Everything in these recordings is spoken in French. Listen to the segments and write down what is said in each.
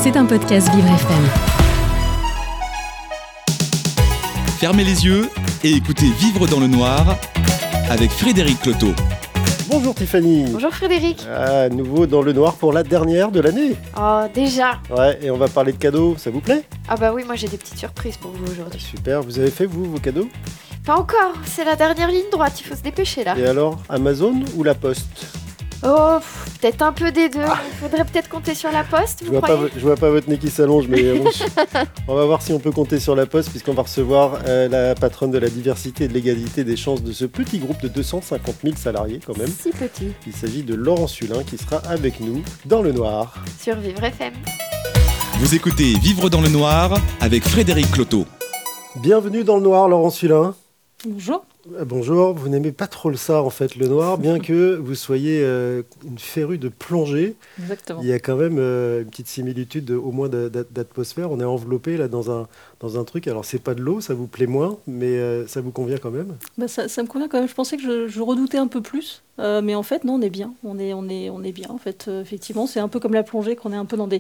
C'est un podcast Vivre FM. Fermez les yeux et écoutez Vivre dans le noir avec Frédéric Cloteau. Bonjour Tiffany. Bonjour Frédéric. À nouveau dans le noir pour la dernière de l'année. Oh, déjà. Ouais, et on va parler de cadeaux, ça vous plaît? Ah bah oui, moi j'ai des petites surprises pour vous aujourd'hui. Super, vous avez fait vous vos cadeaux? Pas encore, c'est la dernière ligne droite, il faut se dépêcher là. Et alors, Amazon ou la Poste? Oh, peut-être un peu des deux. Il faudrait peut-être compter sur la poste, vous croyez? Je vois pas votre nez qui s'allonge, mais bon, on va voir si on peut compter sur la Poste, puisqu'on va recevoir la patronne de la diversité et de l'égalité des chances de ce petit groupe de 250 000 salariés quand même. Si petit. Il s'agit de Laurent Sulin qui sera avec nous dans le noir. Sur Vivre FM. Vous écoutez Vivre dans le noir avec Frédéric Cloteau. Bienvenue dans le noir, Laurent Sulin. Bonjour. Bonjour, vous n'aimez pas trop ça en fait, le noir, bien que vous soyez une férue de plongée. Exactement. Il y a quand même une petite similitude au moins d'atmosphère. On est enveloppé là dans un truc. Alors c'est pas de l'eau, ça vous plaît moins, mais ça vous convient quand même. Bah ça me convient quand même. Je pensais que je redoutais un peu plus, mais en fait non, on est bien. On est bien en fait. Effectivement, c'est un peu comme la plongée, qu'on est un peu dans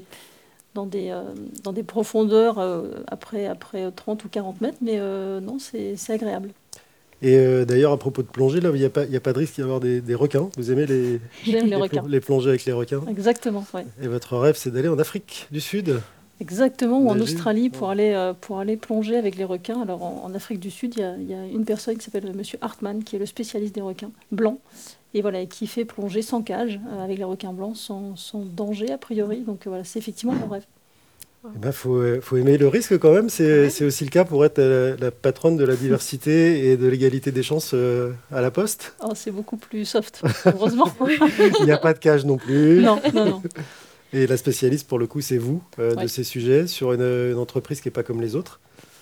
des profondeurs après 30 ou 40 mètres, mais non, c'est agréable. Et d'ailleurs, à propos de plongée, là, il n'y a pas de risque d'y avoir des requins. Vous aimez J'aime les requins. Les plongées avec les requins? Exactement, oui. Et votre rêve, c'est d'aller en Afrique du Sud? Exactement, ou en Nager. Australie pour aller plonger avec les requins. Alors en Afrique du Sud, il y a une personne qui s'appelle Monsieur Hartmann, qui est le spécialiste des requins blancs, et voilà, et qui fait plonger sans cage avec les requins blancs, sans danger a priori. Donc voilà, c'est effectivement mon rêve. Eh ben, faut aimer le risque quand même. C'est aussi le cas pour être la patronne de la diversité et de l'égalité des chances à la Poste. Oh, c'est beaucoup plus soft, heureusement. Il n'y a pas de cage non plus. Non. Et la spécialiste, pour le coup, c'est vous de ces sujets sur une entreprise qui n'est pas comme les autres.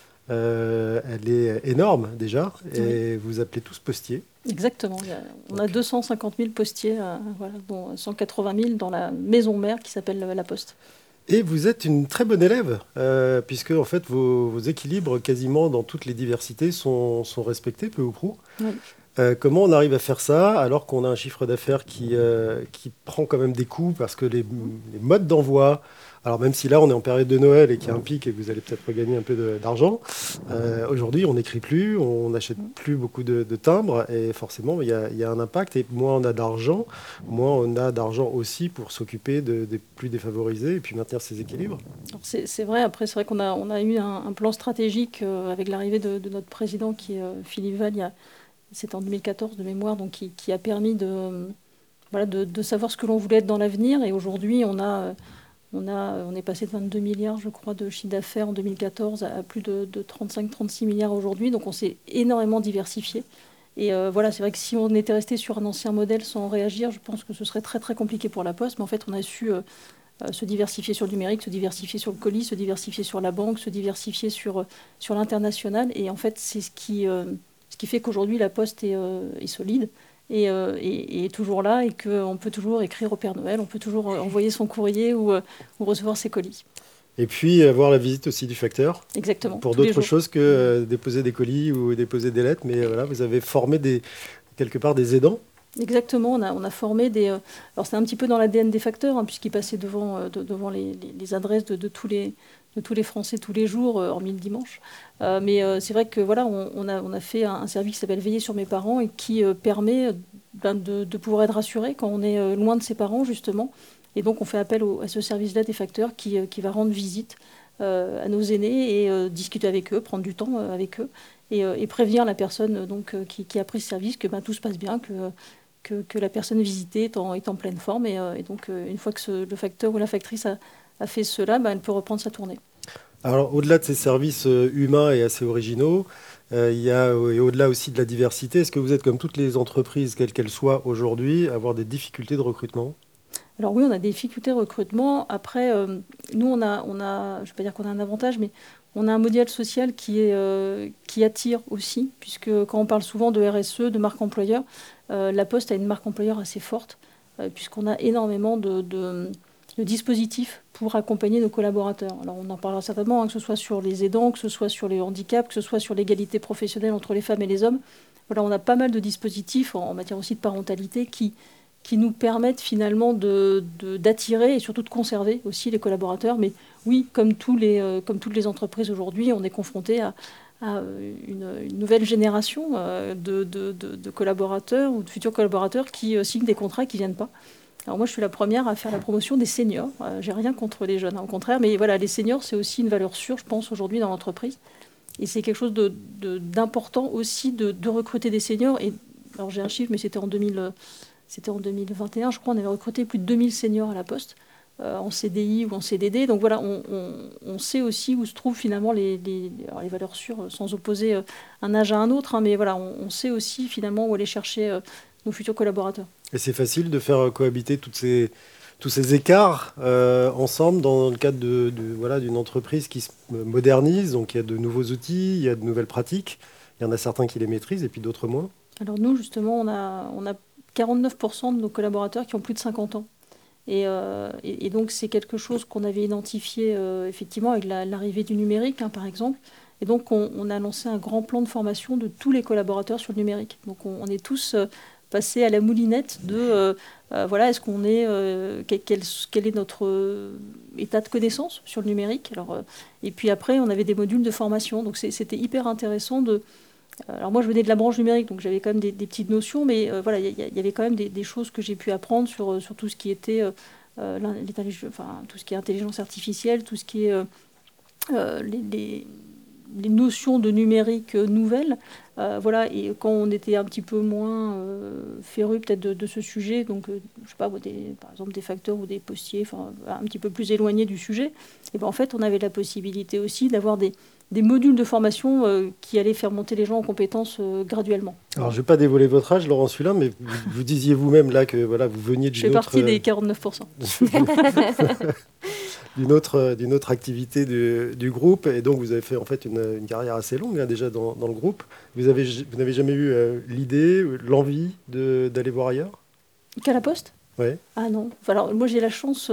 Elle est énorme déjà, et vous appelez tous postiers. Exactement. On a 250 000 postiers, voilà, dont 180 000 dans la maison mère qui s'appelle la Poste. Et vous êtes une très bonne élève, puisque en fait, vos équilibres quasiment dans toutes les diversités sont respectés, peu ou prou. Oui. Comment on arrive à faire ça alors qu'on a un chiffre d'affaires qui prend quand même des coups parce que les modes d'envoi, alors même si là on est en période de Noël et qu'il y a un pic et que vous allez peut-être regagner un peu d'argent, aujourd'hui on n'écrit plus, on n'achète plus beaucoup de timbres et forcément il y a un impact, et moins on a d'argent, moins on a d'argent aussi pour s'occuper des plus défavorisés et puis maintenir ces équilibres. C'est vrai, après c'est vrai qu'on a eu un plan stratégique avec l'arrivée de notre président qui est Philippe Val, c'était en 2014 de mémoire, donc qui a permis de savoir ce que l'on voulait être dans l'avenir. Et aujourd'hui, on est passé de 22 milliards, je crois, de chiffre d'affaires en 2014 à plus de 35-36 milliards aujourd'hui. Donc on s'est énormément diversifié. Et voilà, c'est vrai que si on était resté sur un ancien modèle sans réagir, je pense que ce serait très très compliqué pour la Poste. Mais en fait, on a su se diversifier sur le numérique, se diversifier sur le colis, se diversifier sur la banque, se diversifier sur l'international. Et en fait, c'est ce qui fait qu'aujourd'hui, la Poste est solide et est toujours là, et qu'on peut toujours écrire au Père Noël, on peut toujours envoyer son courrier ou recevoir ses colis. Et puis avoir la visite aussi du facteur. Exactement. Pour d'autres choses que déposer des colis ou déposer des lettres. Mais voilà, vous avez formé quelque part des aidants. Exactement, on a formé des... alors c'est un petit peu dans l'ADN des facteurs, puisqu'ils passaient devant les adresses de tous les Français tous les jours, hormis le dimanche. Mais c'est vrai que voilà, on a fait un service qui s'appelle Veiller sur mes parents, et qui permet de pouvoir être rassuré quand on est loin de ses parents, justement. Et donc on fait appel à ce service-là des facteurs qui va rendre visite à nos aînés et discuter avec eux, prendre du temps avec eux, et prévenir la personne donc, qui a pris ce service que tout se passe bien, que la personne visitée est en pleine forme. Et donc une fois que le facteur ou la factrice a fait cela, elle peut reprendre sa tournée. Alors, au-delà de ces services humains et assez originaux, il y a, et au-delà aussi de la diversité, est-ce que vous êtes, comme toutes les entreprises, quelles qu'elles soient aujourd'hui, à avoir des difficultés de recrutement? Alors oui, on a des difficultés de recrutement. Après, nous, on a, je ne vais pas dire qu'on a un avantage, mais on a un modèle social qui attire aussi, puisque quand on parle souvent de RSE, de marque employeur, la Poste a une marque employeur assez forte, puisqu'on a énormément de dispositifs pour accompagner nos collaborateurs. Alors on en parlera certainement, que ce soit sur les aidants, que ce soit sur les handicaps, que ce soit sur l'égalité professionnelle entre les femmes et les hommes. Voilà, on a pas mal de dispositifs en matière aussi de parentalité qui qui nous permettent finalement d'attirer et surtout de conserver aussi les collaborateurs. Mais oui, comme toutes les entreprises aujourd'hui, on est confronté à une nouvelle génération de collaborateurs ou de futurs collaborateurs qui signent des contrats qui ne viennent pas. Alors moi, je suis la première à faire la promotion des seniors. J'ai rien contre les jeunes, au contraire. Mais voilà, les seniors, c'est aussi une valeur sûre, je pense, aujourd'hui dans l'entreprise. Et c'est quelque chose d'important aussi de recruter des seniors. Et, alors j'ai un chiffre, mais c'était en 2021, je crois, on avait recruté plus de 2000 seniors à la Poste, en CDI ou en CDD. Donc voilà, on sait aussi où se trouvent finalement les valeurs sûres, sans opposer un âge à un autre. Hein, mais voilà, on sait aussi finalement où aller chercher nos futurs collaborateurs. Et c'est facile de faire cohabiter tous ces écarts ensemble dans le cadre d'une entreprise qui se modernise. Donc il y a de nouveaux outils, il y a de nouvelles pratiques. Il y en a certains qui les maîtrisent et puis d'autres moins. Alors nous, justement, on a 49% de nos collaborateurs qui ont plus de 50 ans. Et donc c'est quelque chose qu'on avait identifié effectivement avec l'arrivée du numérique, hein, par exemple. Et donc on a lancé un grand plan de formation de tous les collaborateurs sur le numérique. Donc on est tous... passer à la moulinette de voilà, est-ce qu'on est quel est notre état de connaissance sur le numérique. Alors, et puis après on avait des modules de formation, donc c'était hyper intéressant alors moi je venais de la branche numérique, donc j'avais quand même des petites notions, mais voilà, il y avait quand même des choses que j'ai pu apprendre sur tout ce qui était tout ce qui est intelligence artificielle, tout ce qui est les notions de numérique nouvelles. Voilà, et quand on était un petit peu moins féru peut-être de ce sujet, donc je sais pas, par exemple des facteurs ou des postiers, un petit peu plus éloignés du sujet, et ben en fait on avait la possibilité aussi d'avoir des modules de formation qui allaient faire monter les gens en compétences graduellement. Alors je ne vais pas dévoiler votre âge, Laurent Sulin, mais vous disiez vous-même là que voilà, vous veniez d'une autre... Je fais partie des 49%. d'une autre activité du groupe, et donc vous avez fait en fait une carrière assez longue hein, déjà dans le groupe. Vous n'avez jamais eu l'idée, l'envie d'aller voir ailleurs ? Qu'à la Poste ? Ouais. Ah non. Alors moi j'ai la chance,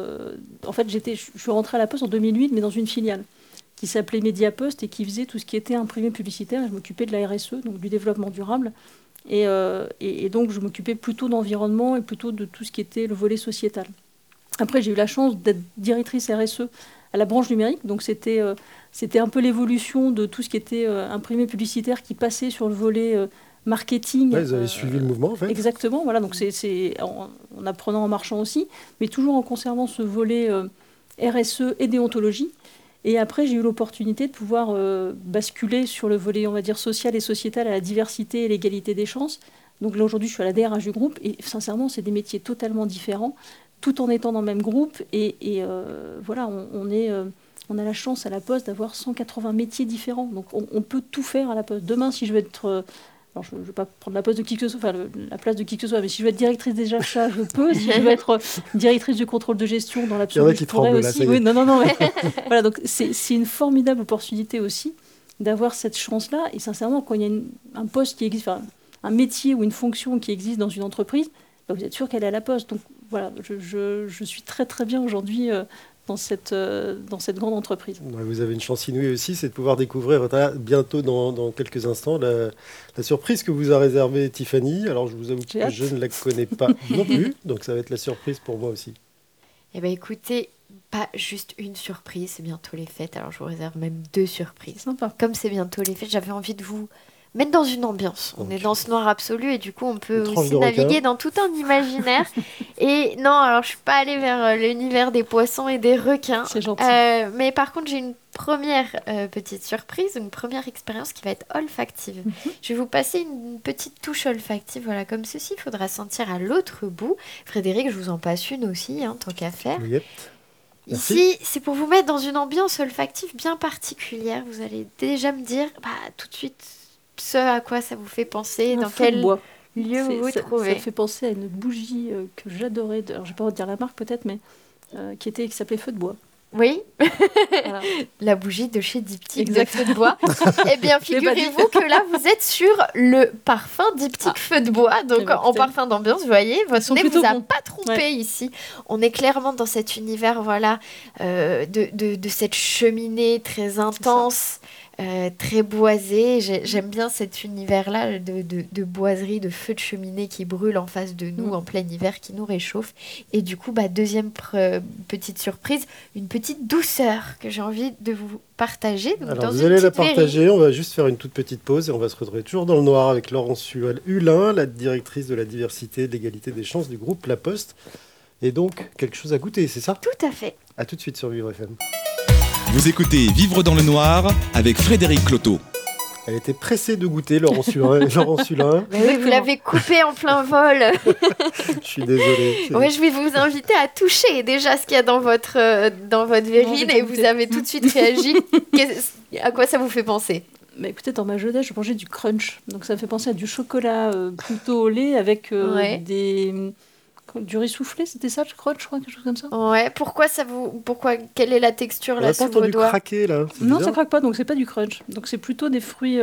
en fait je suis rentrée à la Poste en 2008, mais dans une filiale qui s'appelait Mediapost et qui faisait tout ce qui était imprimé publicitaire. Et je m'occupais de la RSE, donc du développement durable. Et donc je m'occupais plutôt d'environnement et plutôt de tout ce qui était le volet sociétal. Après, j'ai eu la chance d'être directrice RSE à la branche numérique. Donc c'était un peu l'évolution de tout ce qui était imprimé publicitaire qui passait sur le volet marketing. Ouais, vous avez suivi le mouvement, en fait. Exactement. Voilà, donc c'est en apprenant, en marchant aussi, mais toujours en conservant ce volet RSE et déontologie. Et après, j'ai eu l'opportunité de pouvoir basculer sur le volet, on va dire, social et sociétal à la diversité et l'égalité des chances. Donc là, aujourd'hui, je suis à la DRH du groupe. Et sincèrement, c'est des métiers totalement différents, tout en étant dans le même groupe. Et voilà, on a la chance à la Poste d'avoir 180 métiers différents. Donc on peut tout faire à la Poste. Demain, si je veux être... alors je ne vais pas prendre la place de qui que ce soit, la place de qui que ce soit, mais si je veux être directrice des achats, je peux. Si je veux être directrice du contrôle de gestion dans l'absolu, je pourrais aussi. Oui, non, mais voilà, donc c'est une formidable opportunité aussi d'avoir cette chance-là. Et sincèrement, quand il y a un poste qui existe, un métier ou une fonction qui existe dans une entreprise, vous êtes sûr qu'elle est à la Poste. Donc voilà, je suis très très bien aujourd'hui dans cette grande entreprise. Vous avez une chance inouïe aussi, c'est de pouvoir découvrir bientôt, dans quelques instants, la surprise que vous a réservée Tiffany. Alors, je vous avoue que je ne la connais pas non plus, donc ça va être la surprise pour moi aussi. Eh bien, écoutez, pas juste une surprise, c'est bientôt les fêtes, alors je vous réserve même 2 surprises. C'est sympa. Comme c'est bientôt les fêtes, j'avais envie de vous mettre dans une ambiance. On est dans ce noir absolu et du coup, on peut aussi naviguer dans tout un imaginaire. Et non, alors je suis pas allée vers l'univers des poissons et des requins. C'est gentil. Mais par contre, j'ai une première petite surprise, une première expérience qui va être olfactive. Je vais vous passer une petite touche olfactive, voilà, comme ceci. Il faudra sentir à l'autre bout. Frédéric, je vous en passe une aussi, hein, tant qu'à faire. Yep. Ici, c'est pour vous mettre dans une ambiance olfactive bien particulière. Vous allez déjà me dire tout de suite ce à quoi ça vous fait penser, dans quel lieu vous vous trouvez. Ça fait penser à une bougie que j'adorais, alors je ne vais pas vous dire la marque peut-être, mais qui s'appelait Feu de bois. Oui, voilà. La bougie de chez Diptyque de Feu de bois. Eh bien, figurez-vous que là, vous êtes sur le parfum Diptyque Feu de bois, donc en parfum d'ambiance, vous voyez, votre nez vous a pas trompé ici. On est clairement dans cet univers, voilà, de cette cheminée très intense. très boisé. J'aime bien cet univers-là de boiserie, de feu de cheminée qui brûle en face de nous en plein hiver, qui nous réchauffe. Et du coup, deuxième petite surprise, une petite douceur que j'ai envie de vous partager. Donc, Alors, vous allez la partager. On va juste faire une toute petite pause et on va se retrouver toujours dans le noir avec Laurence Hulin, la directrice de la diversité et de l'égalité des chances du groupe La Poste. Et donc, quelque chose à goûter, c'est ça ? Tout à fait. À tout de suite sur Vivre FM. Vous écoutez Vivre dans le noir avec Frédéric Cloteau. Elle était pressée de goûter, Laurence Hulin. Mais oui, vous l'avez coupé en plein vol. Je suis désolé. Ouais, je vais vous inviter à toucher déjà ce qu'il y a dans votre verrine et vous avez tout de suite réagi. À quoi ça vous fait penser ? Mais écoutez, dans ma jeunesse, je mangeais du crunch. Donc ça me fait penser à du chocolat plutôt au lait avec du riz soufflé, c'était ça, le crunch, je crois, quelque chose comme ça. Ouais, pourquoi quelle est la texture là sous vos doigts ? Craquer là. Non, ça craque pas, donc c'est pas du crunch. Donc c'est plutôt des fruits.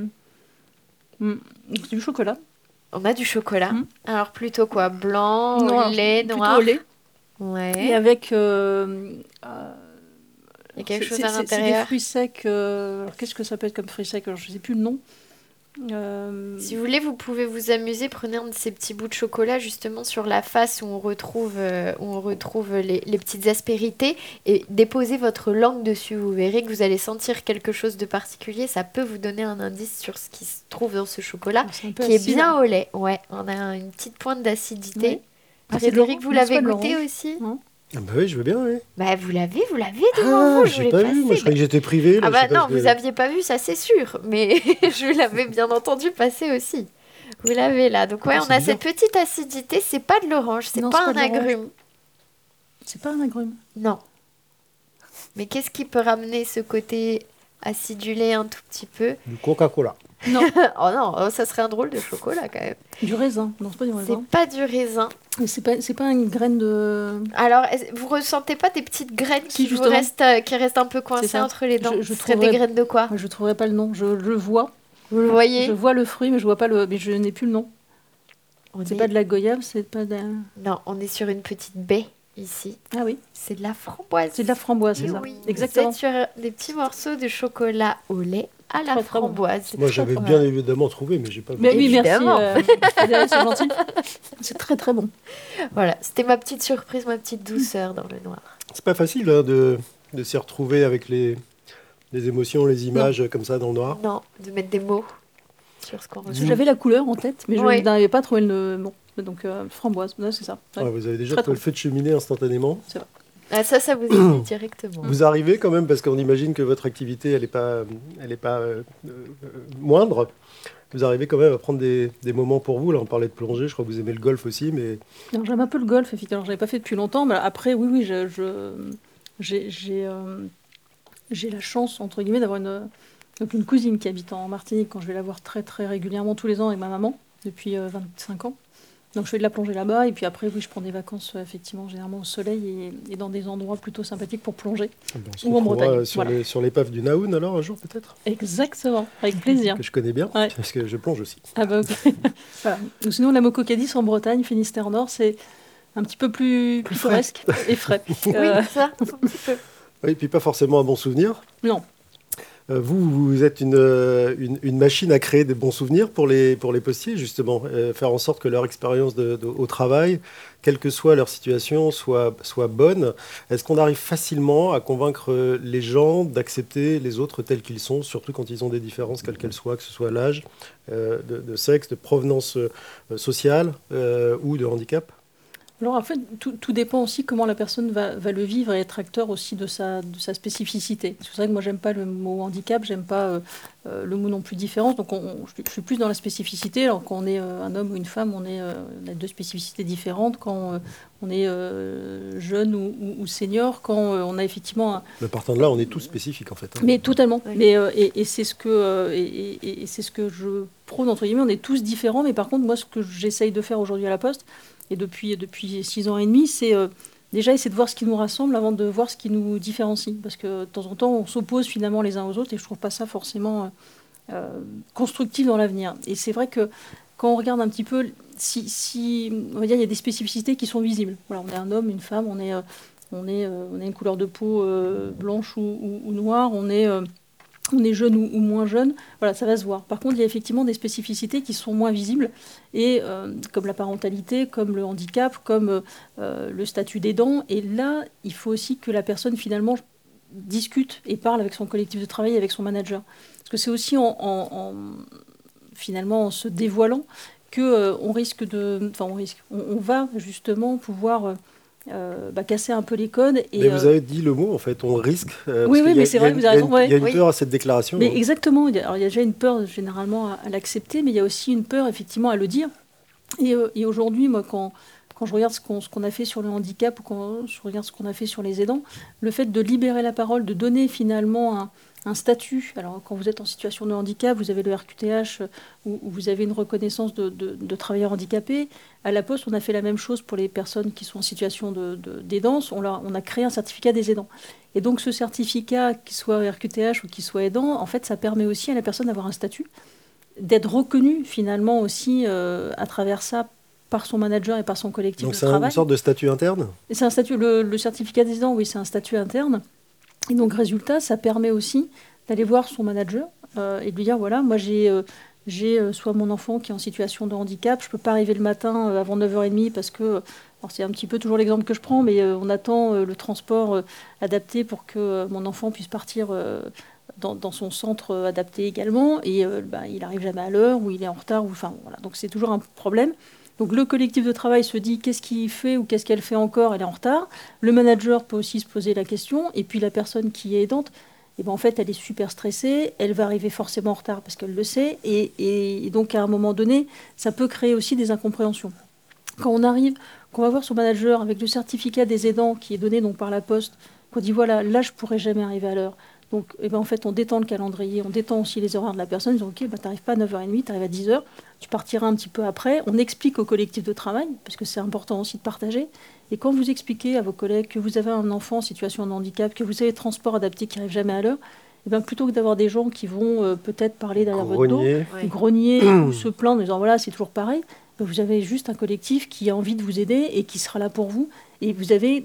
C'est du chocolat. On a du chocolat. Alors plutôt quoi ? Blanc, non, au lait, plutôt noir. Au lait. Ouais. Et avec. Il y a quelque chose à l'intérieur. C'est des fruits secs. Alors qu'est-ce que ça peut être comme fruits secs ? Alors je sais plus le nom. Si vous voulez, vous pouvez vous amuser. Prenez un de ces petits bouts de chocolat justement sur la face où on retrouve les petites aspérités et déposez votre langue dessus. Vous verrez que vous allez sentir quelque chose de particulier. Ça peut vous donner un indice sur ce qui se trouve dans ce chocolat qui est bien au lait. Ouais, on a une petite pointe d'acidité. Ouais. Frédéric, vous l'avez goûté aussi ? Bah oui, je veux bien, oui. Vous l'avez devant vous, je j'ai l'ai pas passé. vu, moi je croyais que j'étais privé. Là, Non, vous aviez pas vu, ça c'est sûr, mais je l'avais bien entendu passer aussi. Vous l'avez là, donc ouais, on a cette petite acidité, c'est pas de l'orange, c'est pas un agrume. C'est pas un agrume. Non. Mais qu'est-ce qui peut ramener ce côté acidulé un tout petit peu ? Du Coca-Cola. Non. Oh non, ça serait un drôle de chocolat quand même. Du raisin. Non, c'est pas du raisin. C'est pas du raisin. Mais c'est pas une graine de... Alors, vous ressentez pas des petites graines qui restent un peu coincées entre les dents ? Ce serait des graines de quoi ? Je trouverais pas le nom. Je le vois. Vous le voyez ? Je vois le fruit, mais je vois pas le... Mais je n'ai plus le nom. C'est pas de la goyave, c'est pas de... Non, on est sur une petite baie ici. Ah oui. C'est de la framboise. C'est de la framboise, c'est ça. Oui, exactement. Vous êtes sur des petits morceaux de chocolat au lait à la framboise. Moi, j'avais bien évidemment trouvé, mais j'ai pas vu. Mais oui, merci. C'est gentil. C'est très très bon. Voilà, c'était ma petite surprise, ma petite douceur dans le noir. C'est pas facile de s'y retrouver avec les émotions, les images comme ça dans le noir. Non, de mettre des mots sur ce qu'on ressent. J'avais la couleur en tête, mais je n'arrivais pas à trouver le nom. Donc framboise, c'est ça. Ouais. Vous avez déjà trouvé le feu de cheminée instantanément. C'est vrai. Ah, ça vous aide directement. Vous arrivez quand même, parce qu'on imagine que votre activité, elle est pas moindre. Vous arrivez quand même à prendre des moments pour vous. Là, on parlait de plongée, je crois que vous aimez le golf aussi. Mais... J'aime un peu le golf, effectivement. Je n'avais pas fait depuis longtemps. Mais après, oui, j'ai la chance, entre guillemets, d'avoir une cousine qui habite en Martinique, quand je vais la voir très, très régulièrement tous les ans avec ma maman, depuis 25 ans. Donc je fais de la plongée là-bas, et puis après, oui, je prends des vacances, effectivement, généralement au soleil et dans des endroits plutôt sympathiques pour plonger. Ou en Bretagne. Sur l'épave du Naoun, alors, un jour, peut-être ? Exactement, avec plaisir. Que je connais bien, parce que je plonge aussi. Ah bah ok. Voilà. Sinon, la Mococadis en Bretagne, Finistère Nord, c'est un petit peu plus pittoresque et frais. Oui, ça, un petit peu. Oui, et puis pas forcément un bon souvenir. Non. Vous êtes une machine à créer des bons souvenirs pour les postiers, justement. Faire en sorte que leur expérience au travail, quelle que soit leur situation, soit bonne. Est-ce qu'on arrive facilement à convaincre les gens d'accepter les autres tels qu'ils sont, surtout quand ils ont des différences, quelles qu'elles soient, que ce soit l'âge, de sexe, de provenance sociale ou de handicap ? Alors en fait, tout dépend aussi comment la personne va le vivre et être acteur aussi de sa spécificité. C'est vrai que moi, j'aime pas le mot handicap, j'aime pas le mot non plus différence. Donc je suis plus dans la spécificité. Alors quand on est un homme ou une femme, on a deux spécificités différentes. Quand on est jeune ou senior, quand on a effectivement... Mais partant de là, on est tous spécifiques en fait. Mais totalement. Oui. Mais, et c'est ce que c'est ce que je prône, entre guillemets. On est tous différents, mais par contre, moi, ce que j'essaye de faire aujourd'hui à la Poste, et depuis 6 ans et demi, c'est déjà essayer de voir ce qui nous rassemble avant de voir ce qui nous différencie. Parce que de temps en temps, on s'oppose finalement les uns aux autres et je ne trouve pas ça forcément constructif dans l'avenir. Et c'est vrai que quand on regarde un petit peu, si on va dire, il y a des spécificités qui sont visibles. Voilà, on est un homme, une femme, on a une couleur de peau blanche ou noire, on est on est jeune ou moins jeune, voilà, ça va se voir. Par contre, il y a effectivement des spécificités qui sont moins visibles, et comme la parentalité, comme le handicap, comme le statut d'aidant. Et là, il faut aussi que la personne, finalement, discute et parle avec son collectif de travail, avec son manager. Parce que c'est aussi finalement, en se dévoilant qu'on risque de... Enfin, on va justement pouvoir... casser un peu les codes. Mais vous avez dit le mot, en fait, on risque. Oui, mais c'est vrai, vous avez raison. Il y a une peur à cette déclaration. Mais exactement, il y a déjà une peur généralement à l'accepter, mais il y a aussi une peur effectivement à le dire. Et aujourd'hui, moi, quand je regarde ce qu'on a fait sur le handicap, ou quand je regarde ce qu'on a fait sur les aidants, le fait de libérer la parole, de donner finalement un statut. Alors, quand vous êtes en situation de handicap, vous avez le RQTH, où vous avez une reconnaissance de travailleurs handicapés. À la Poste, on a fait la même chose pour les personnes qui sont en situation d'aidance. On a créé un certificat des aidants. Et donc, ce certificat, qu'il soit RQTH ou qu'il soit aidant, en fait, ça permet aussi à la personne d'avoir un statut, d'être reconnue finalement aussi à travers ça par son manager et par son collectif de travail. Donc, c'est une sorte de statut interne ? Et c'est un statut, le certificat des aidants, oui, c'est un statut interne. Et donc, résultat, ça permet aussi d'aller voir son manager et de lui dire, voilà, moi j'ai soit mon enfant qui est en situation de handicap, je ne peux pas arriver le matin avant 9h30 parce que, alors c'est un petit peu toujours l'exemple que je prends, mais on attend le transport adapté pour que mon enfant puisse partir dans son centre adapté également, et il n'arrive jamais à l'heure, ou il est en retard, voilà. Donc c'est toujours un problème. Donc le collectif de travail se dit qu'est-ce qu'il fait ou qu'est-ce qu'elle fait encore, elle est en retard. Le manager peut aussi se poser la question, et puis la personne qui est aidante, en fait, elle est super stressée, elle va arriver forcément en retard parce qu'elle le sait, et donc à un moment donné, ça peut créer aussi des incompréhensions. Quand on arrive, qu'on va voir son manager avec le certificat des aidants qui est donné donc par la Poste, qu'on dit voilà, là je pourrais jamais arriver à l'heure. Donc en fait, on détend le calendrier, on détend aussi les horaires de la personne. Ils disent ok, t'arrives pas à 9h30, t'arrives à 10h, tu partiras un petit peu après. On explique au collectif de travail, parce que c'est important aussi de partager. Et quand vous expliquez à vos collègues que vous avez un enfant en situation de handicap, que vous avez transport adapté qui n'arrive jamais à l'heure, plutôt que d'avoir des gens qui vont peut-être parler derrière votre dos, grogner ou se plaindre en disant voilà, c'est toujours pareil, vous avez juste un collectif qui a envie de vous aider et qui sera là pour vous. Et vous avez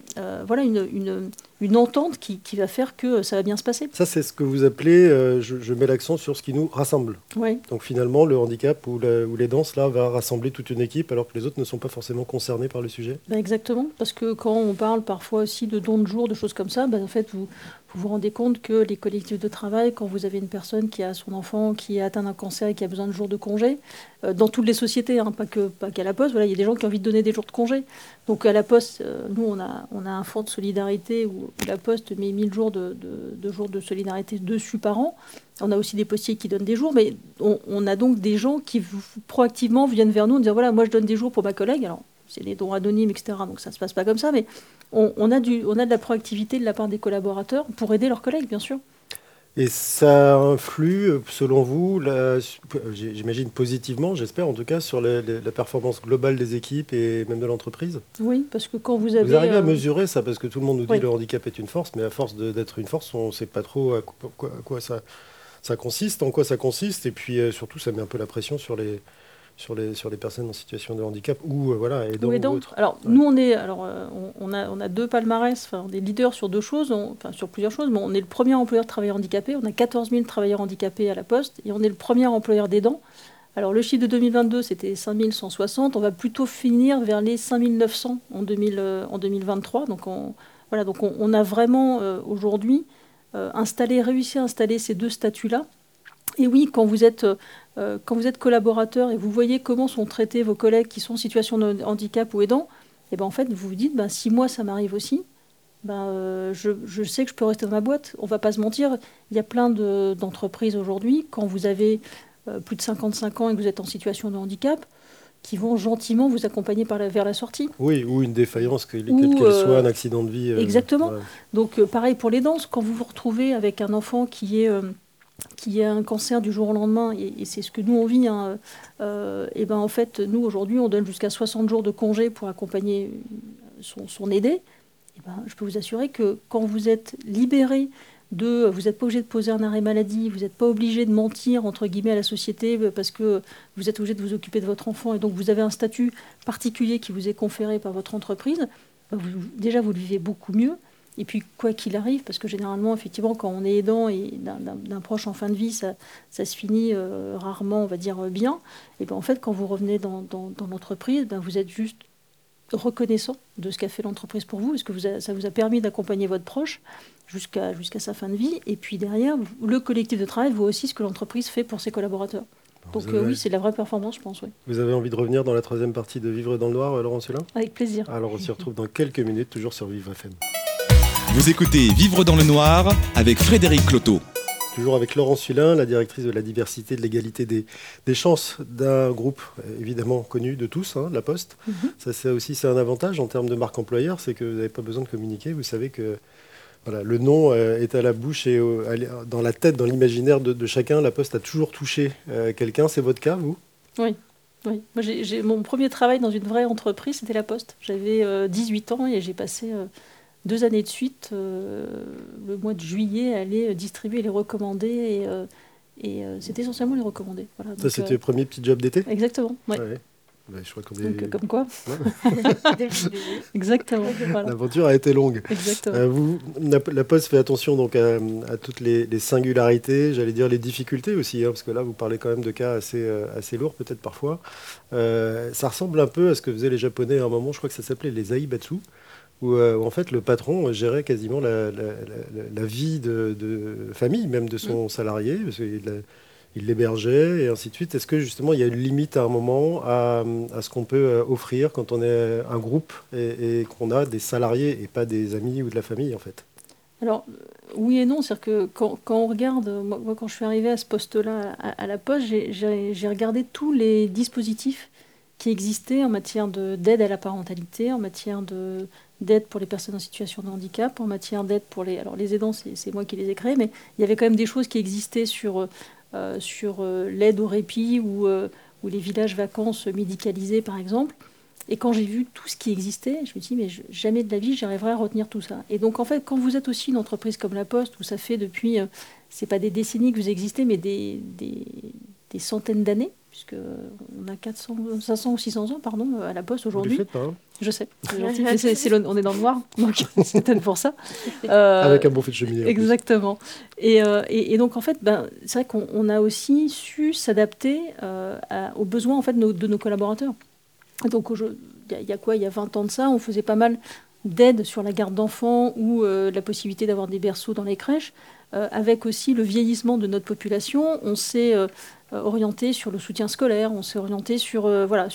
une entente qui va faire que ça va bien se passer. Ça, c'est ce que vous appelez, je mets l'accent sur ce qui nous rassemble. Oui. Donc finalement, le handicap ou l'aidance, là, va rassembler toute une équipe, alors que les autres ne sont pas forcément concernés par le sujet. Exactement, parce que quand on parle parfois aussi de dons de jour, de choses comme ça, en fait, vous vous rendez compte que les collectifs de travail, quand vous avez une personne qui a son enfant qui est atteint d'un cancer et qui a besoin de jours de congé, dans toutes les sociétés, pas qu'à la Poste, il y a des gens qui ont envie de donner des jours de congé. Donc à la Poste, nous, on a un fonds de solidarité où la Poste met 1000 jours de jours de solidarité dessus par an. On a aussi des postiers qui donnent des jours, mais on a donc des gens qui proactivement viennent vers nous en disant voilà, moi je donne des jours pour ma collègue. Alors, c'est des dons anonymes, etc. Donc ça ne se passe pas comme ça, mais on a de la proactivité de la part des collaborateurs pour aider leurs collègues, bien sûr. Et ça influe, selon vous, j'imagine positivement, j'espère en tout cas, sur la performance globale des équipes et même de l'entreprise ? Oui, parce que quand vous avez... Vous arrivez à mesurer ça, parce que tout le monde nous dit que le handicap est une force, mais à force d'être une force, on ne sait pas trop à quoi ça consiste, en quoi ça consiste, et puis surtout ça met un peu la pression sur les personnes en situation de handicap ou aidants ou autres. Alors nous on a deux palmarès, on est leader sur deux choses, sur plusieurs choses, mais on est le premier employeur de travailleurs handicapés, on a 14 000 travailleurs handicapés à la Poste, et on est le premier employeur d'aidants. Alors le chiffre de 2022 c'était 5 160, on va plutôt finir vers les 5 900 en 2023, donc on a vraiment aujourd'hui réussi à installer ces deux statuts-là. Et oui, quand vous êtes collaborateur et vous voyez comment sont traités vos collègues qui sont en situation de handicap ou aidants, en fait, vous vous dites, si moi ça m'arrive aussi, je sais que je peux rester dans ma boîte. On ne va pas se mentir, il y a plein d'entreprises aujourd'hui, quand vous avez plus de 55 ans et que vous êtes en situation de handicap, qui vont gentiment vous accompagner vers la sortie. Oui, ou une défaillance, quelle qu'elle soit, un accident de vie. Exactement. Ouais. Donc pareil pour les danses, quand vous vous retrouvez avec un enfant qui a un cancer du jour au lendemain, et c'est ce que nous on vit, en fait, nous aujourd'hui on donne jusqu'à 60 jours de congé pour accompagner son aidé. Je peux vous assurer que quand vous êtes libéré vous n'êtes pas obligé de poser un arrêt maladie, vous n'êtes pas obligé de mentir entre guillemets à la société parce que vous êtes obligé de vous occuper de votre enfant, et donc vous avez un statut particulier qui vous est conféré par votre entreprise, déjà vous le vivez beaucoup mieux. Et puis, quoi qu'il arrive, parce que généralement, effectivement, quand on est aidant et d'un proche en fin de vie, ça se finit rarement, on va dire, bien. Et bien, en fait, quand vous revenez dans l'entreprise, ben, vous êtes juste reconnaissant de ce qu'a fait l'entreprise pour vous, parce que ça vous a permis d'accompagner votre proche jusqu'à sa fin de vie. Et puis derrière, le collectif de travail voit aussi ce que l'entreprise fait pour ses collaborateurs. Donc oui, c'est de la vraie performance, je pense. Oui. Vous avez envie de revenir dans la troisième partie de Vivre dans le Noir, Laurent Sulin ? Avec plaisir. Alors on s'y retrouve dans quelques minutes, toujours sur Vivre FM. Vous écoutez Vivre dans le Noir avec Frédéric Cloteau. Toujours avec Laurent Sulin, la directrice de la diversité et de l'égalité des chances d'un groupe évidemment connu de tous, La Poste. Ça, c'est un avantage en termes de marque employeur, c'est que vous n'avez pas besoin de communiquer. Vous savez que voilà, le nom est à la bouche et dans la tête, dans l'imaginaire de chacun. La Poste a toujours touché quelqu'un. C'est votre cas, vous ? Oui. Moi, mon premier travail dans une vraie entreprise, c'était La Poste. J'avais 18 ans et j'ai passé 2 années de suite, le mois de juillet, à aller distribuer les recommandés. Et c'était essentiellement les recommandés. Voilà, ça, c'était le premier petit job d'été ? Exactement, oui. Ouais. Ben, je crois qu'on Donc, comme quoi. Exactement. Voilà. L'aventure a été longue. Exactement. La Poste fait attention donc à toutes les singularités, j'allais dire les difficultés aussi, parce que là, vous parlez quand même de cas assez lourds, peut-être parfois. Ça ressemble un peu à ce que faisaient les Japonais à un moment, je crois que ça s'appelait les aibatsu, où en fait le patron gérait quasiment la vie de famille, même de son salarié, parce qu'il l'hébergeait et ainsi de suite. Est-ce que justement il y a une limite à un moment à ce qu'on peut offrir quand on est un groupe et qu'on a des salariés et pas des amis ou de la famille en fait ? Alors oui et non, c'est-à-dire que quand on regarde, moi quand je suis arrivée à ce poste-là à la Poste, j'ai regardé tous les dispositifs qui existaient en matière d'aide à la parentalité, en matière d'aide pour les personnes en situation de handicap, en matière d'aide pour les aidants, c'est moi qui les ai créés, mais il y avait quand même des choses qui existaient sur l'aide au répit ou les villages vacances médicalisés, par exemple. Et quand j'ai vu tout ce qui existait, je me suis dit, mais jamais de la vie, j'arriverai à retenir tout ça. Et donc, en fait, quand vous êtes aussi une entreprise comme La Poste, où ça fait depuis, c'est pas des décennies que vous existez, mais des centaines d'années, puisqu'on a 500 ou 600 ans, pardon, à La Poste aujourd'hui. Vous le faites pas, hein ? Je sais, c'est gentil. Mais on est dans le noir, donc c'est peut-être pour ça. Avec un bon feu de cheminée. Exactement. Et donc, en fait, c'est vrai qu'on a aussi su s'adapter aux besoins en fait, de nos collaborateurs. Donc, il y a quoi ? Il y a 20 ans de ça, on faisait pas mal d'aide sur la garde d'enfants ou la possibilité d'avoir des berceaux dans les crèches. Avec aussi le vieillissement de notre population, on s'est orienté sur le soutien scolaire, on s'est orienté sur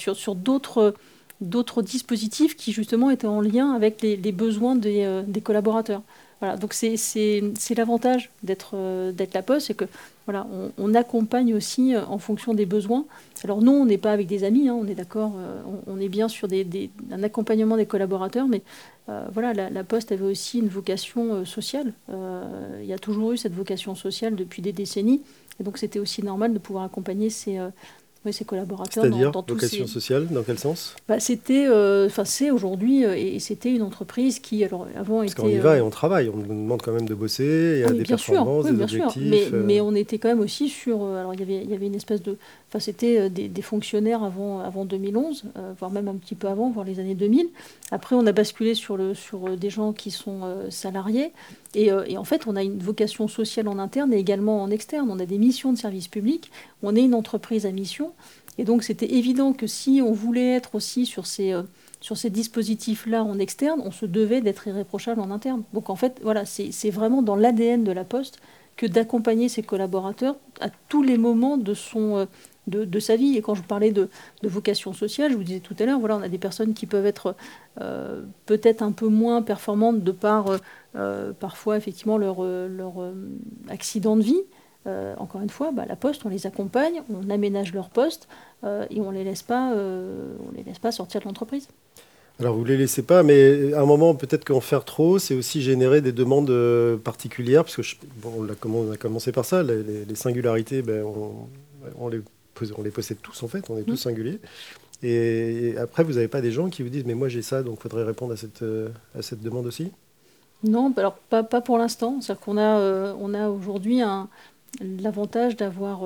d'autres dispositifs qui justement étaient en lien avec les besoins des collaborateurs. Voilà, donc c'est l'avantage d'être La Poste, c'est que voilà, on accompagne aussi en fonction des besoins. Alors non, on n'est pas avec des amis, on est d'accord, on est bien sur un accompagnement des collaborateurs, mais voilà, la Poste avait aussi une vocation sociale. Il y a toujours eu cette vocation sociale depuis des décennies, et donc c'était aussi normal de pouvoir accompagner ces collaborateurs. C'est-à-dire, dans vocation sociale, dans quel sens ? C'est aujourd'hui, et c'était une entreprise qui, alors, avant Parce était... qu'on y va et on travaille, on nous demande quand même de bosser, il y a des performances, des objectifs... Mais on était quand même aussi sur... alors, il y avait une espèce de... Enfin, c'était des fonctionnaires avant 2011, voire même un petit peu avant, voire les années 2000. Après, on a basculé sur des gens qui sont salariés. Et en fait, on a une vocation sociale en interne et également en externe. On a des missions de service public. On est une entreprise à mission. Et donc, c'était évident que si on voulait être aussi sur ces dispositifs-là en externe, on se devait d'être irréprochable en interne. Donc, en fait, voilà, c'est vraiment dans l'ADN de La Poste que d'accompagner ses collaborateurs à tous les moments de sa vie. Et quand je parlais de vocation sociale, je vous disais tout à l'heure, voilà, on a des personnes qui peuvent être peut-être un peu moins performantes de par parfois effectivement leur accident de vie. Encore une fois, La Poste, on les accompagne, on aménage leur poste et on les laisse pas sortir de l'entreprise. Alors vous ne les laissez pas, mais à un moment, peut-être qu'en faire trop, c'est aussi générer des demandes particulières, parce que on a commencé par ça, les singularités, on les possède tous en fait, on est tous singuliers. Et après, vous n'avez pas des gens qui vous disent « mais moi j'ai ça, donc il faudrait répondre à cette demande aussi ». Non, alors pas pour l'instant. C'est-à-dire qu'on a aujourd'hui l'avantage d'avoir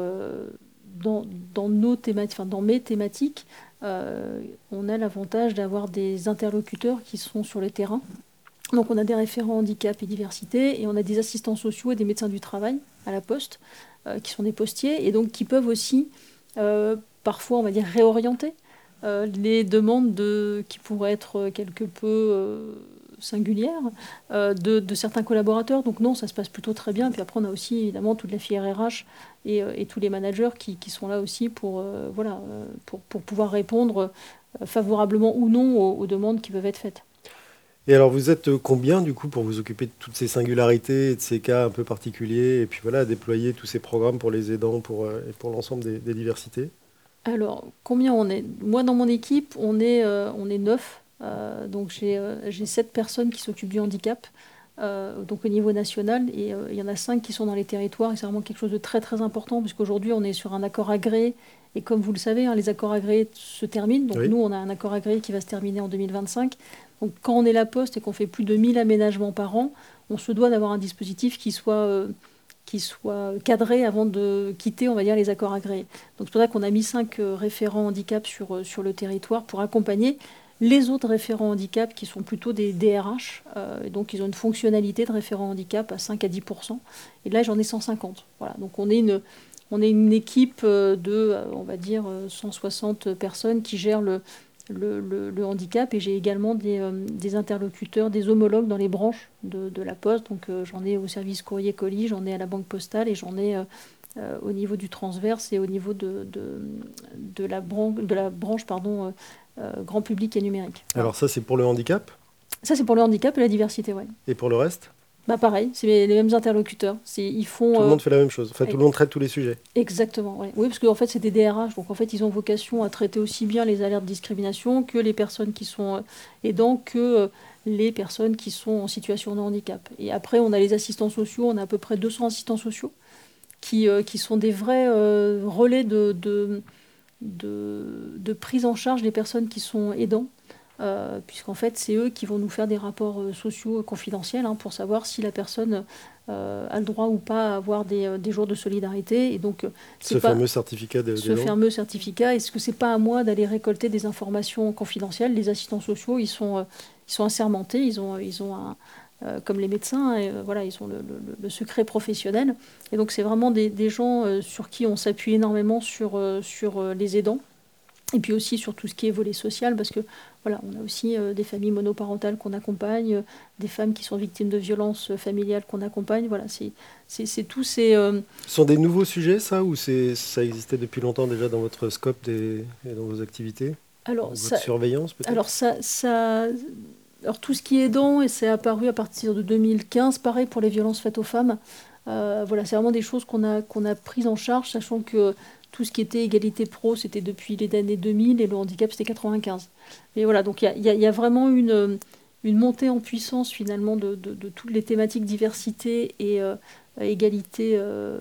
dans nos thématiques, dans mes thématiques, on a l'avantage d'avoir des interlocuteurs qui sont sur le terrain Donc on a des référents handicap et diversité, et on a des assistants sociaux et des médecins du travail à la poste, qui sont des postiers, et donc qui peuvent aussi parfois, on va dire, réorienter les demandes qui pourraient être quelque peu singulières de certains collaborateurs. Donc non, ça se passe plutôt très bien. Puis après, on a aussi évidemment toute la filière RH et tous les managers qui sont là aussi pour pouvoir répondre favorablement ou non aux demandes qui peuvent être faites. Et alors, vous êtes combien, du coup, pour vous occuper de toutes ces singularités et de ces cas un peu particuliers, et puis voilà, déployer tous ces programmes pour les aidants et pour l'ensemble des diversités? Alors, combien on est? Moi, dans mon équipe, on est 9. Donc, j'ai 7 personnes qui s'occupent du handicap, donc au niveau national, et il y en a 5 qui sont dans les territoires, et c'est vraiment quelque chose de très, très important, puisqu'aujourd'hui, on est sur un accord agréé, et comme vous le savez, les accords agréés se terminent. Donc, nous, on a un accord agréé qui va se terminer en 2025. Donc, quand on est la Poste et qu'on fait plus de 1000 aménagements par an, on se doit d'avoir un dispositif qui soit cadré avant de quitter, on va dire, les accords agréés. Donc c'est pour ça qu'on a mis 5 référents handicap sur le territoire pour accompagner les autres référents handicap qui sont plutôt des DRH. Et donc ils ont une fonctionnalité de référent handicap à 5 à 10%. Et là, j'en ai 150. Voilà. Donc on est une équipe de, on va dire, 160 personnes qui gèrent le handicap, et j'ai également des interlocuteurs, des homologues dans les branches de la Poste. Donc j'en ai au service courrier colis, j'en ai à la banque postale, et j'en ai au niveau du transverse et au niveau de la branche grand public et numérique. Alors ça, c'est pour le handicap? Ça, c'est pour le handicap et la diversité, oui. Et pour le reste? Pareil, c'est les mêmes interlocuteurs. Ils font, tout le monde fait la même chose. Enfin, tout le monde traite tous les sujets. Exactement, ouais. Oui, parce qu'en fait, c'est des DRH. Donc, en fait, ils ont vocation à traiter aussi bien les alertes de discrimination que les personnes qui sont aidants, que les personnes qui sont en situation de handicap. Et après, on a les assistants sociaux. On a à peu près 200 assistants sociaux qui sont des vrais relais de prise en charge des personnes qui sont aidants. Puisqu'en fait, c'est eux qui vont nous faire des rapports sociaux confidentiels pour savoir si la personne a le droit ou pas à avoir des jours de solidarité. Et donc, fameux certificat fameux certificat, est-ce que c'est pas à moi d'aller récolter des informations confidentielles? Les assistants sociaux, ils sont assermentés, ils ont comme les médecins, voilà, ils ont le secret professionnel. Et donc, c'est vraiment des gens sur qui on s'appuie énormément sur les aidants. Et puis aussi sur tout ce qui est volet social, parce que voilà, on a aussi des familles monoparentales qu'on accompagne, des femmes qui sont victimes de violences familiales qu'on accompagne. Voilà, c'est tous ces... Ce sont des nouveaux sujets, ça, ou ça existait depuis longtemps déjà dans votre scope et dans vos activités? Alors, votre surveillance, peut-être? Alors, tout ce qui est aidant, et c'est apparu à partir de 2015, pareil pour les violences faites aux femmes. Voilà, c'est vraiment des choses qu'on a prises en charge, sachant que tout ce qui était égalité pro, c'était depuis les années 2000, et le handicap, c'était 95. Mais voilà, donc il y a vraiment une montée en puissance, finalement, de toutes les thématiques diversité et égalité,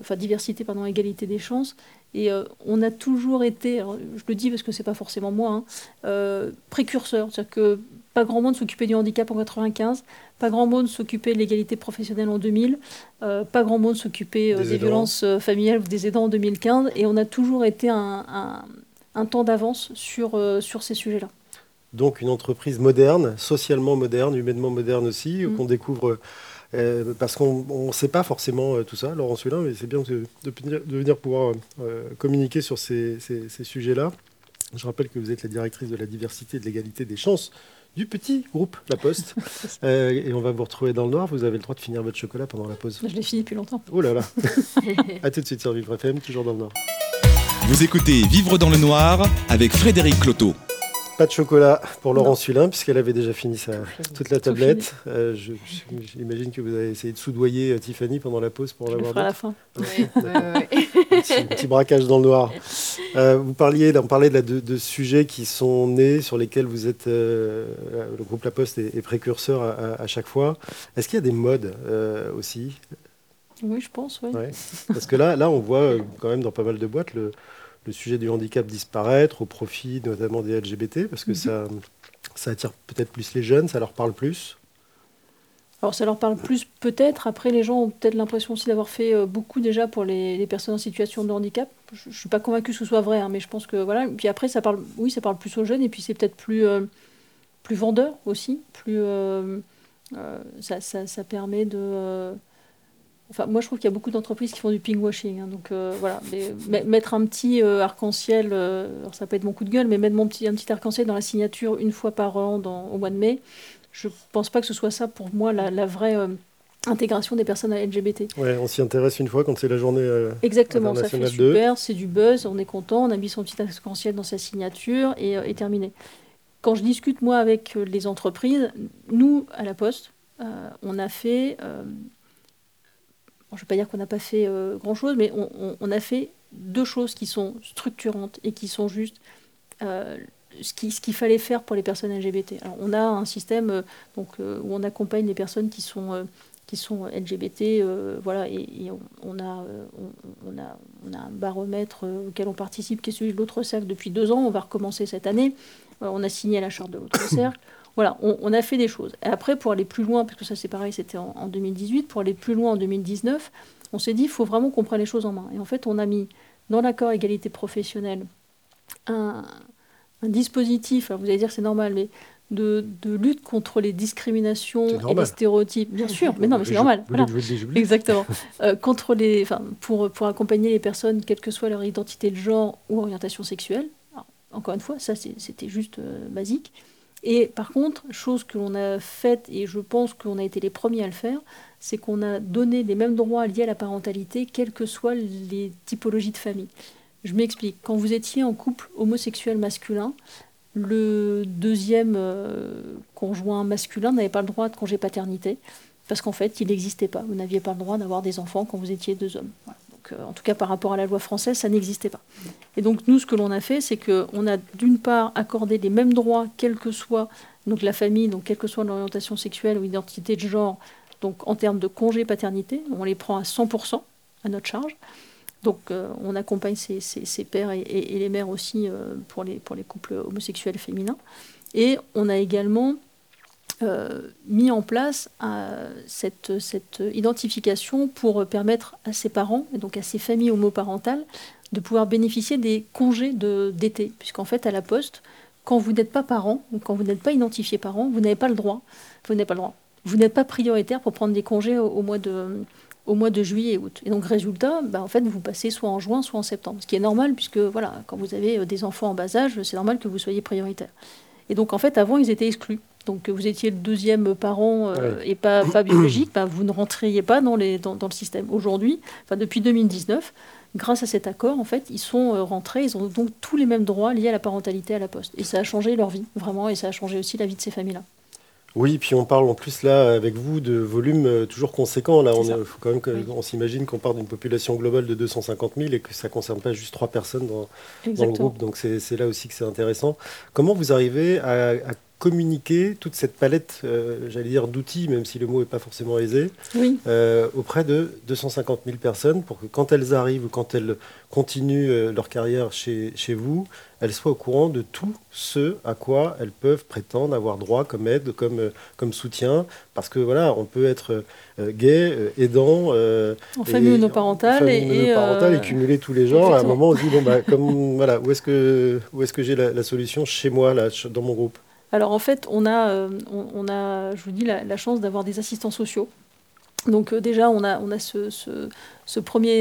égalité des chances. Et on a toujours été, alors, je le dis parce que c'est pas forcément moi, précurseur. C'est-à-dire que pas grand monde s'occupait du handicap en 95, pas grand monde s'occupait de l'égalité professionnelle en 2000, pas grand monde s'occupait des violences familiales ou des aidants en 2015, et on a toujours été un temps d'avance sur ces sujets-là. Donc une entreprise moderne, socialement moderne, humainement moderne aussi, qu'on découvre... parce qu'on ne sait pas forcément tout ça, Laurence Hulin, mais c'est bien de venir pouvoir communiquer sur ces sujets-là. Je rappelle que vous êtes la directrice de la diversité et de l'égalité des chances du petit groupe La Poste. Et on va vous retrouver dans le noir. Vous avez le droit de finir votre chocolat pendant la pause. Je l'ai fini depuis longtemps. Oh là là. À tout de suite sur Vivre FM, toujours dans le noir. Vous écoutez Vivre dans le noir avec Frédéric Cloteau. Pas de chocolat pour Laurence Hulin, puisqu'elle avait déjà fini toute la tablette. J'imagine que vous avez essayé de soudoyer Tiffany pendant la pause pour en avoir d'autres. À la fin. Oui. Petit braquage dans le noir. On parlait de sujets qui sont nés, sur lesquels vous êtes, le groupe La Poste est précurseur à chaque fois. Est-ce qu'il y a des modes aussi? Oui, je pense, oui. Ouais. Parce que là, on voit quand même dans pas mal de boîtes le sujet du handicap disparaître au profit notamment des LGBT, parce que ça attire peut-être plus les jeunes, ça leur parle plus. Alors ça leur parle plus peut-être. Après, les gens ont peut-être l'impression aussi d'avoir fait beaucoup déjà pour les personnes en situation de handicap. Je ne suis pas convaincue que ce soit vrai, mais je pense que voilà. Puis après, ça parle plus aux jeunes, et puis c'est peut-être plus vendeur aussi, plus Ça permet de... Enfin, moi, je trouve qu'il y a beaucoup d'entreprises qui font du pinkwashing. Hein, donc, voilà. Mettre un petit arc-en-ciel, alors ça peut être mon coup de gueule, mais mettre un petit arc-en-ciel dans la signature une fois par an au mois de mai, je ne pense pas que ce soit ça, pour moi, la vraie intégration des personnes LGBT. Ouais, on s'y intéresse une fois quand c'est la journée Exactement, ça fait internationale super, c'est du buzz, on est content, on a mis son petit arc-en-ciel dans sa signature et terminé. Quand je discute, moi, avec les entreprises, nous, à la Poste, on a fait... je ne vais pas dire qu'on n'a pas fait grand-chose, mais on a fait 2 choses qui sont structurantes et qui sont juste ce qu'il fallait faire pour les personnes LGBT. Alors, on a un système où on accompagne les personnes qui sont LGBT, voilà, et on a un baromètre auquel on participe, qui est celui de l'autre cercle depuis 2 ans. On va recommencer cette année. On a signé la charte de l'autre cercle. Voilà, on a fait des choses. Et après, pour aller plus loin, parce que ça c'est pareil, c'était en 2018, pour aller plus loin en 2019, on s'est dit, il faut vraiment qu'on prenne les choses en main. Et en fait, on a mis dans l'accord égalité professionnelle un dispositif, alors vous allez dire que c'est normal, mais de lutte contre les discriminations et les stéréotypes. Bien sûr, mais non, mais c'est normal. Voilà. Exactement. Pour accompagner les personnes, quelle que soit leur identité de genre ou orientation sexuelle. Alors, encore une fois, ça c'était juste basique. Et par contre, chose que l'on a faite, et je pense qu'on a été les premiers à le faire, c'est qu'on a donné les mêmes droits liés à la parentalité, quelles que soient les typologies de famille. Je m'explique. Quand vous étiez en couple homosexuel masculin, le deuxième conjoint masculin n'avait pas le droit de congé paternité, parce qu'en fait, il n'existait pas. Vous n'aviez pas le droit d'avoir des enfants quand vous étiez 2 hommes. Voilà. En tout cas, par rapport à la loi française, ça n'existait pas. Et donc, nous, ce que l'on a fait, c'est qu'on a d'une part accordé les mêmes droits, quelle que soit donc, la famille, donc quelle que soit l'orientation sexuelle ou l'identité de genre, donc en termes de congé paternité, on les prend à 100% à notre charge. Donc, on accompagne ces pères et les mères aussi pour les couples homosexuels féminins. Et on a également mis en place cette identification pour permettre à ces parents, et donc à ces familles homoparentales, de pouvoir bénéficier des congés d'été. Puisqu'en fait, à la Poste, quand vous n'êtes pas parent, ou quand vous n'êtes pas identifié parent, vous n'avez pas le droit. Vous n'êtes pas prioritaire pour prendre des congés au mois de juillet et août. Et donc, résultat, en fait, vous passez soit en juin, soit en septembre. Ce qui est normal, puisque voilà, quand vous avez des enfants en bas âge, c'est normal que vous soyez prioritaire. Et donc, en fait, avant, ils étaient exclus. Donc, vous étiez le deuxième parent et pas biologique, vous ne rentriez pas dans le système. Aujourd'hui, depuis 2019, grâce à cet accord, en fait, ils sont rentrés, ils ont donc tous les mêmes droits liés à la parentalité à la Poste. Et ça a changé leur vie, vraiment, et ça a changé aussi la vie de ces familles-là. Oui, puis on parle en plus là avec vous de volumes toujours conséquents. Là, il faut quand même qu'on s'imagine qu'on part d'une population globale de 250 000 et que ça ne concerne pas juste 3 personnes dans le groupe. Donc c'est là aussi que c'est intéressant. Comment vous arrivez à communiquer toute cette palette, j'allais dire d'outils, même si le mot n'est pas forcément aisé, auprès de 250 000 personnes pour que quand elles arrivent ou quand elles continuent leur carrière chez vous, elles soient au courant de tout ce à quoi elles peuvent prétendre avoir droit comme aide, comme soutien, parce que voilà, on peut être gay, aidant, en famille monoparentale et cumuler tous les genres. À un moment, on se dit voilà, où est-ce que j'ai la solution chez moi là, dans mon groupe? Alors en fait, on a, je vous dis, la chance d'avoir des assistants sociaux. Donc déjà, on a ce premier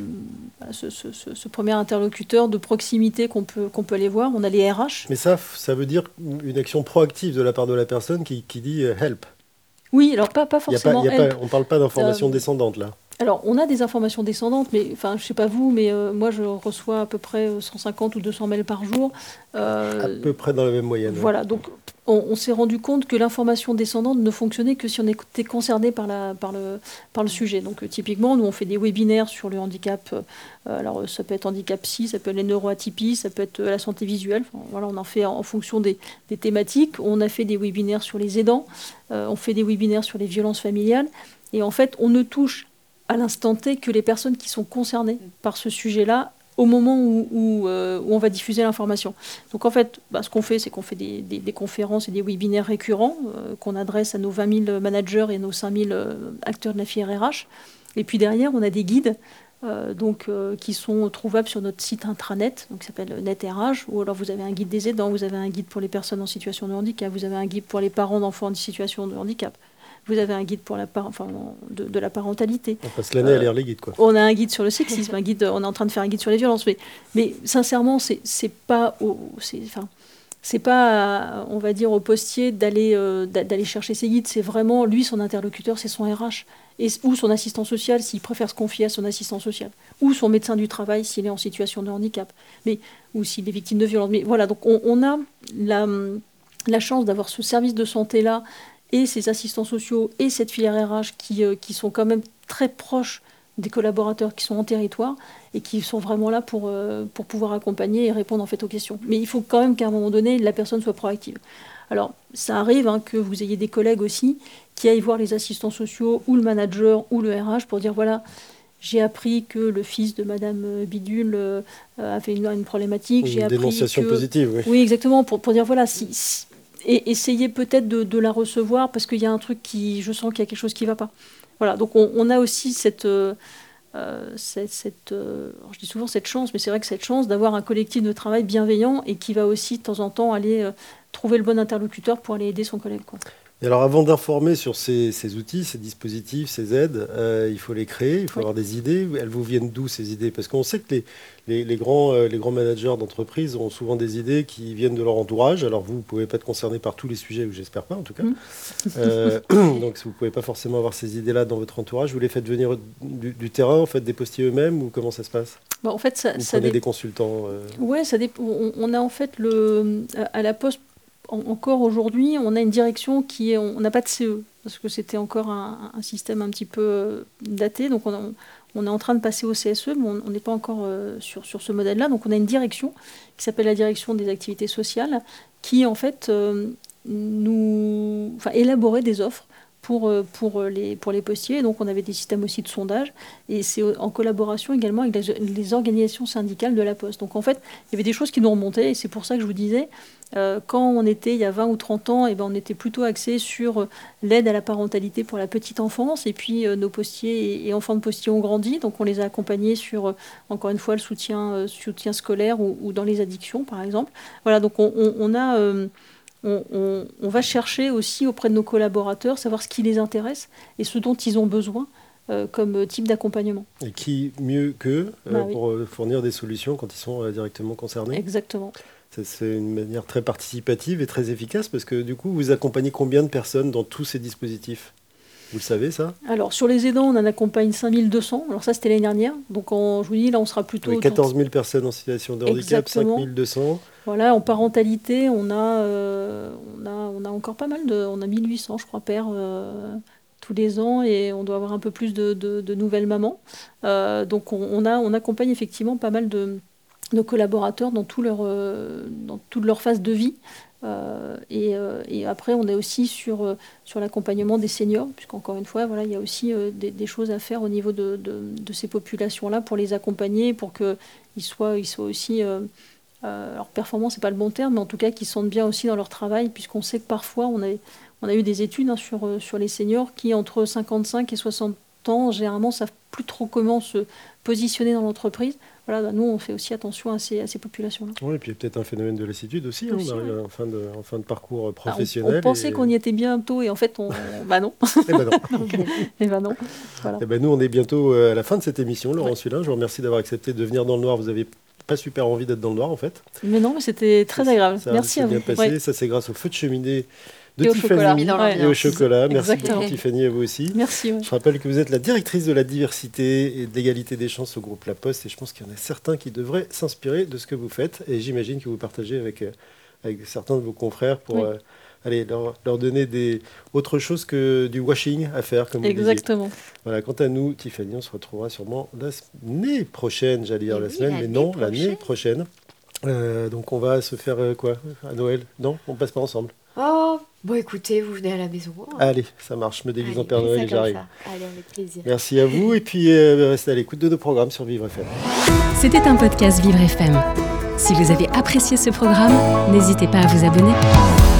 interlocuteur de proximité qu'on peut aller voir. On a les RH. Mais ça veut dire une action proactive de la part de la personne qui dit help. Oui, alors pas forcément help. On ne parle pas d'informations descendantes là. Alors, on a des informations descendantes, mais je ne sais pas vous, mais moi, je reçois à peu près 150 ou 200 mails par jour. À peu près dans la même moyenne. Voilà, donc on s'est rendu compte que l'information descendante ne fonctionnait que si on était concerné par le sujet. Donc, typiquement, nous, on fait des webinaires sur le handicap. Alors, ça peut être handicap psy, ça peut être les neuroatypies, ça peut être la santé visuelle. Enfin, voilà, on en fait en fonction des thématiques. On a fait des webinaires sur les aidants. On fait des webinaires sur les violences familiales. Et en fait, on ne touche à l'instant T que les personnes qui sont concernées par ce sujet-là au moment où on va diffuser l'information. Donc en fait, ce qu'on fait, c'est qu'on fait des conférences et des webinaires récurrents qu'on adresse à nos 20 000 managers et nos 5 000 acteurs de la filière RH. Et puis derrière, on a des guides qui sont trouvables sur notre site intranet, donc qui s'appelle NetRH, ou alors vous avez un guide des aidants, vous avez un guide pour les personnes en situation de handicap, vous avez un guide pour les parents d'enfants en situation de handicap. vous avez un guide pour de la parentalité. On passe l'année à lire les guides, quoi. On a un guide sur le sexisme, on est en train de faire un guide sur les violences, mais sincèrement, c'est pas, on va dire, au postier d'aller chercher ses guides. C'est vraiment lui, son interlocuteur, c'est son RH. Ou son assistant social s'il préfère se confier à son assistant social, ou son médecin du travail s'il est en situation de handicap, ou s'il est victime de violence. Mais voilà, donc on a la chance d'avoir ce service de santé-là, et ces assistants sociaux, et cette filière RH qui sont quand même très proches des collaborateurs qui sont en territoire, et qui sont vraiment là pour pouvoir accompagner et répondre en fait aux questions. Mais il faut quand même qu'à un moment donné, la personne soit proactive. Alors, ça arrive que vous ayez des collègues aussi qui aillent voir les assistants sociaux ou le manager ou le RH pour dire, voilà, j'ai appris que le fils de Madame Bidule avait une problématique. J'ai appris dénonciation positive, oui. Oui, exactement, pour dire, voilà, et essayez peut-être de la recevoir parce qu'il y a un truc je sens qu'il y a quelque chose qui ne va pas. Voilà, donc on a aussi je dis souvent cette chance, mais c'est vrai que cette chance d'avoir un collectif de travail bienveillant et qui va aussi de temps en temps aller trouver le bon interlocuteur pour aller aider son collègue, quoi. Et alors, avant d'informer sur ces outils, ces dispositifs, ces aides, il faut les créer, il faut avoir des idées. Elles vous viennent d'où, ces idées? Parce qu'on sait que les grands managers d'entreprise ont souvent des idées qui viennent de leur entourage. Alors vous ne pouvez pas être concerné par tous les sujets, ou j'espère pas en tout cas. Donc vous ne pouvez pas forcément avoir ces idées-là dans votre entourage. Vous les faites venir du terrain, en fait, des postiers eux-mêmes, ou comment ça se passe? En fait, vous prenez des consultants Oui, ça dépend. On a en fait à la Poste, encore aujourd'hui, on a une direction on n'a pas de CE, parce que c'était encore un système un petit peu daté. Donc on est en train de passer au CSE, mais on n'est pas encore sur ce modèle-là. Donc on a une direction qui s'appelle la direction des activités sociales, qui en fait élaborait des offres pour les postiers. Donc on avait des systèmes aussi de sondage, et c'est en collaboration également avec les organisations syndicales de la Poste. Donc en fait, il y avait des choses qui nous remontaient, et c'est pour ça que je vous disais, quand on était il y a 20 ou 30 ans, on était plutôt axé sur l'aide à la parentalité pour la petite enfance, et puis nos postiers et enfants de postiers ont grandi, donc on les a accompagnés sur, encore une fois, le soutien scolaire ou dans les addictions, par exemple. Voilà, donc on va chercher aussi auprès de nos collaborateurs, savoir ce qui les intéresse et ce dont ils ont besoin comme type d'accompagnement. Et qui mieux qu'eux pour fournir des solutions quand ils sont directement concernés? Exactement. C'est une manière très participative et très efficace, parce que du coup, vous accompagnez combien de personnes dans tous ces dispositifs? Vous le savez, ça? Alors, sur les aidants, on en accompagne 5200. Alors ça, c'était l'année dernière. Donc, je vous dis, là, on sera plutôt... 14 000 personnes en situation de handicap, 5200. Voilà, en parentalité, on a encore pas mal on a 1800, je crois, pères tous les ans, et on doit avoir un peu plus de nouvelles mamans. Donc, on accompagne effectivement pas mal de collaborateurs dans toute leur phase de vie. Et après, on est aussi sur l'accompagnement des seniors, puisqu'encore une fois, voilà, il y a aussi des choses à faire au niveau de ces populations-là pour les accompagner, pour qu'ils soient aussi... alors performance, c'est pas le bon terme, mais en tout cas qu'ils se sentent bien aussi dans leur travail, puisqu'on sait que parfois on a eu des études sur les seniors qui, entre 55 et 60 ans, généralement savent plus trop comment se positionner dans l'entreprise. Voilà, nous on fait aussi attention à ces populations-là. Oui, et puis il y a peut-être un phénomène de lassitude aussi, on arrive en fin de parcours Alors, professionnel. on pensait qu'on y était bientôt, et en fait non. Eh ben non. Non. Voilà. Eh ben nous on est bientôt à la fin de cette émission, Laurent Sullin. Je vous remercie d'avoir accepté de venir dans le noir. Vous avez pas super envie d'être dans le noir en fait. Mais non, mais c'était très agréable. Merci à vous. Ça s'est bien passé. Ça c'est grâce au feu de cheminée de et Tiffany et au chocolat. Merci Exactement. beaucoup Tiffany, à vous aussi. Merci. Je rappelle que vous êtes la directrice de la diversité et de l'égalité des chances au groupe La Poste, et je pense qu'il y en a certains qui devraient s'inspirer de ce que vous faites, et j'imagine que vous partagez avec certains de vos confrères pour leur donner autre chose que du washing à faire, comme vous disiez. Exactement. Voilà, quant à nous, Tiffany, on se retrouvera sûrement l'année prochaine, j'allais dire la semaine, mais non, l'année prochaine. Donc on va se faire quoi à Noël? Non, on passe pas ensemble. Oh, bon écoutez, vous venez à la maison. Allez, ça marche, je me déguise en Père Noël et j'arrive. Allez, avec plaisir. Merci à vous, et puis restez à l'écoute de nos programmes sur Vivre FM. C'était un podcast Vivre FM. Si vous avez apprécié ce programme, n'hésitez pas à vous abonner.